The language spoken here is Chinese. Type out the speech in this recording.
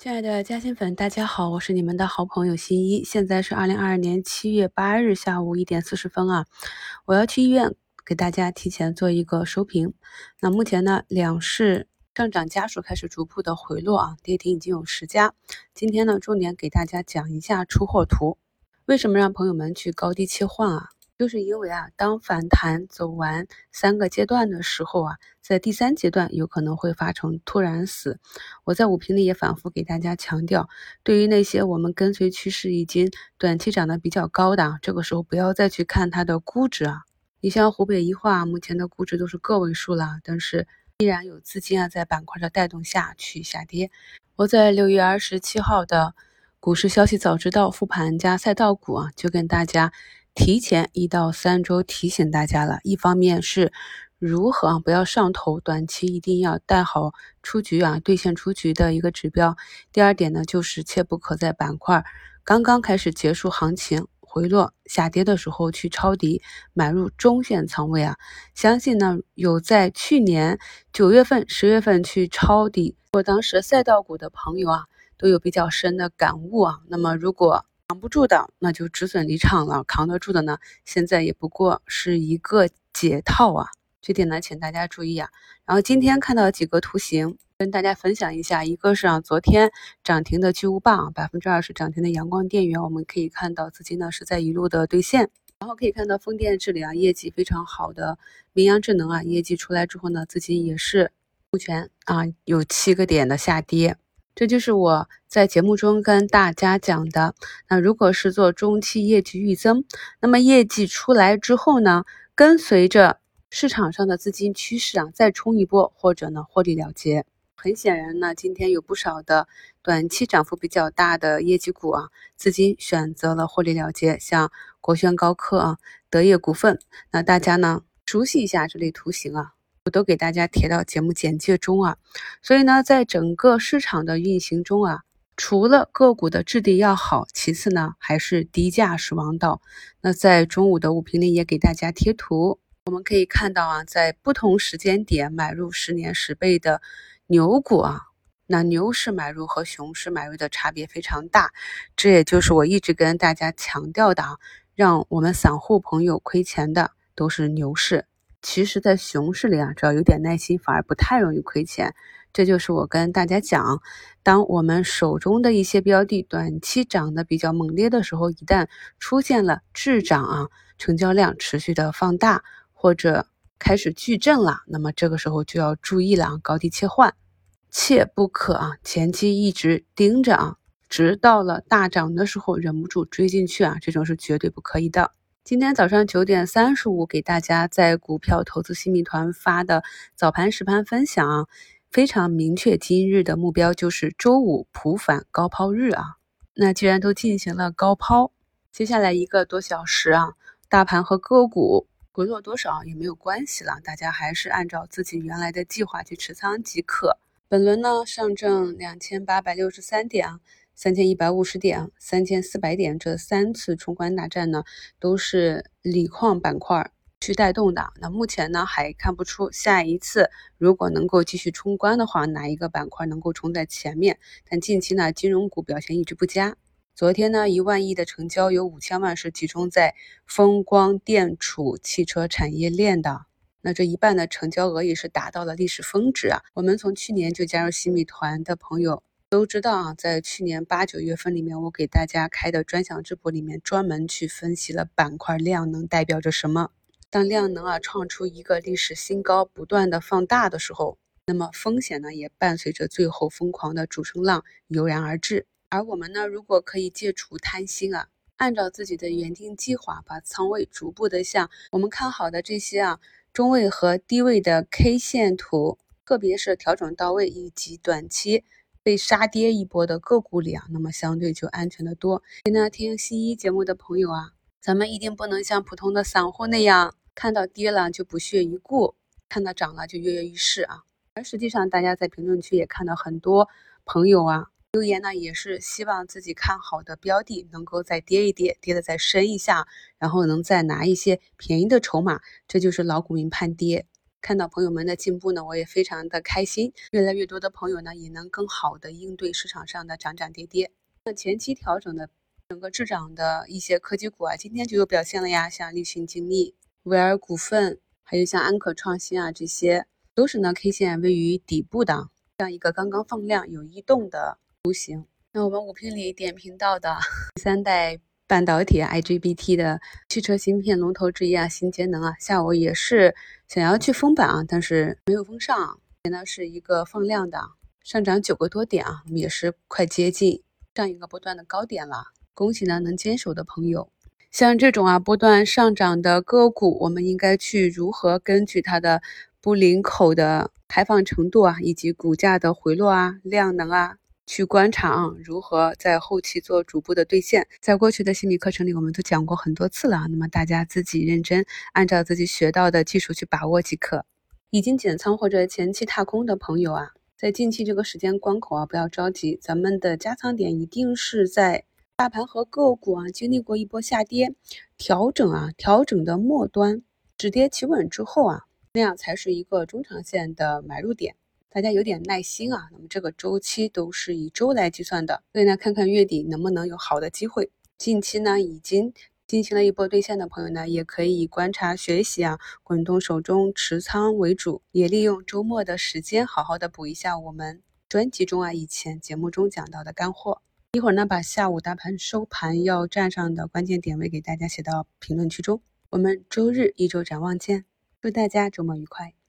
亲爱的嘉兴粉，大家好，我是你们的好朋友新一。现在是2022年7月8日下午1点40分啊，我要去医院给大家提前做一个收评。那目前呢，两市上涨家数开始逐步的回落啊，跌停已经有10家。今天呢，重点给大家讲一下出货图。为什么让朋友们去高低切换啊？就是因为当反弹走完3个阶段的时候在第3阶段有可能会发成突然死。我在午评里也反复给大家强调，对于那些我们跟随趋势已经短期涨得比较高的这个时候不要再去看它的估值你像湖北一化目前的估值都是个位数了，但是依然有资金在板块的带动下去下跌。我在6月27号的股市消息早知道复盘加赛道股就跟大家提前1到3周提醒大家了。一方面是如何不要上头，短期一定要带好出局兑现出局的一个指标。第二点呢，就是切不可在板块刚刚开始结束行情回落下跌的时候去抄底买入中线仓位相信呢有在去年9月份10月份去抄底我当时赛道股的朋友都有比较深的感悟那么如果扛不住的那就止损离场了，扛得住的呢现在也不过是一个解套这点呢请大家注意然后今天看到几个图形跟大家分享一下，一个是昨天涨停的巨无霸20%涨停的阳光电源，我们可以看到资金呢是在一路的兑现。然后可以看到风电治理业绩非常好的明阳智能业绩出来之后呢，资金也是目前有7个点的下跌。这就是我在节目中跟大家讲的。那如果是做中期业绩预增，那么业绩出来之后呢，跟随着市场上的资金趋势再冲一波，或者呢获利了结。很显然呢，今天有不少的短期涨幅比较大的业绩股资金选择了获利了结，像国轩高科德业股份。那大家呢熟悉一下这类图形我都给大家贴到节目简介中所以呢，在整个市场的运行中除了个股的质地要好，其次呢还是低价是王道。那在中午的午评里也给大家贴图，我们可以看到在不同时间点买入10年10倍的牛股那牛市买入和熊市买入的差别非常大，这也就是我一直跟大家强调的让我们散户朋友亏钱的都是牛市。其实在熊市里只要有点耐心反而不太容易亏钱。这就是我跟大家讲，当我们手中的一些标的短期涨得比较猛烈的时候，一旦出现了滞涨成交量持续的放大或者开始矩阵了，那么这个时候就要注意了高低切换，切不可前期一直盯着直到了大涨的时候忍不住追进去这种是绝对不可以的。今天早上9点35给大家在股票投资新米团发的早盘实盘分享非常明确，今日的目标就是周五普反高抛日那既然都进行了高抛，接下来1个多小时大盘和个股回落多少也没有关系了，大家还是按照自己原来的计划去持仓即可。本轮呢，上证2863点3150点3400点，这3次冲关大战呢都是锂矿板块去带动的。那目前呢还看不出下一次如果能够继续冲关的话，哪一个板块能够冲在前面。但近期呢金融股表现一直不佳，昨天呢1万亿的成交有5000万是集中在风光电储汽车产业链的，那这一半的成交额也是达到了历史峰值我们从去年就加入新米团的朋友都知道在去年8、9月份里面，我给大家开的专享直播里面专门去分析了板块量能代表着什么。当量能创出一个历史新高，不断的放大的时候，那么风险呢也伴随着最后疯狂的主升浪油然而至。而我们呢，如果可以戒除贪心按照自己的原定计划，把仓位逐步的向我们看好的这些中位和低位的 K 线图，特别是调整到位以及短期被杀跌一波的个股里那么相对就安全的多。所以呢，听新一节目的朋友咱们一定不能像普通的散户那样，看到跌了就不屑一顾，看到涨了就跃跃欲试而实际上，大家在评论区也看到很多朋友留言呢，也是希望自己看好的标的能够再跌一跌，跌的再深一下，然后能再拿一些便宜的筹码，这就是老股民盼跌。 看到朋友们的进步呢，我也非常的开心。越来越多的朋友呢，也能更好的应对市场上的涨涨跌跌。那前期调整的整个滞涨的一些科技股啊，今天就有表现了呀，像立讯精密、维尔股份，还有像安可创新啊，这些都是呢 K 线位于底部的这样一个刚刚放量有异动的图形。那我们股评里点评到的第三代半导体 IGBT 的汽车芯片龙头之一啊，新节能啊，下午也是想要去封板啊，但是没有封上，现在是一个放量的，上涨9个多点啊，我们也是快接近这样一个波段的高点了。恭喜呢能坚守的朋友。像这种啊波段上涨的个股，我们应该去如何根据它的布林口的开放程度啊，以及股价的回落啊、量能啊，去观察啊，如何在后期做逐步的兑现。在过去的心理课程里，我们都讲过很多次了，那么大家自己认真按照自己学到的技术去把握即可。已经减仓或者前期踏空的朋友啊，在近期这个时间关口啊，不要着急，咱们的加仓点一定是在大盘和个股啊经历过一波下跌调整的末端止跌企稳之后啊，那样才是一个中长线的买入点。大家有点耐心啊，那么这个周期都是以周来计算的，所以呢，看看月底能不能有好的机会。近期呢，已经进行了一波兑现的朋友呢，也可以观察学习啊，滚动手中持仓为主，也利用周末的时间好好的补一下我们专辑中啊以前节目中讲到的干货。一会儿呢，把下午大盘收盘要站上的关键点位给大家写到评论区中。我们周日一周展望见，祝大家周末愉快。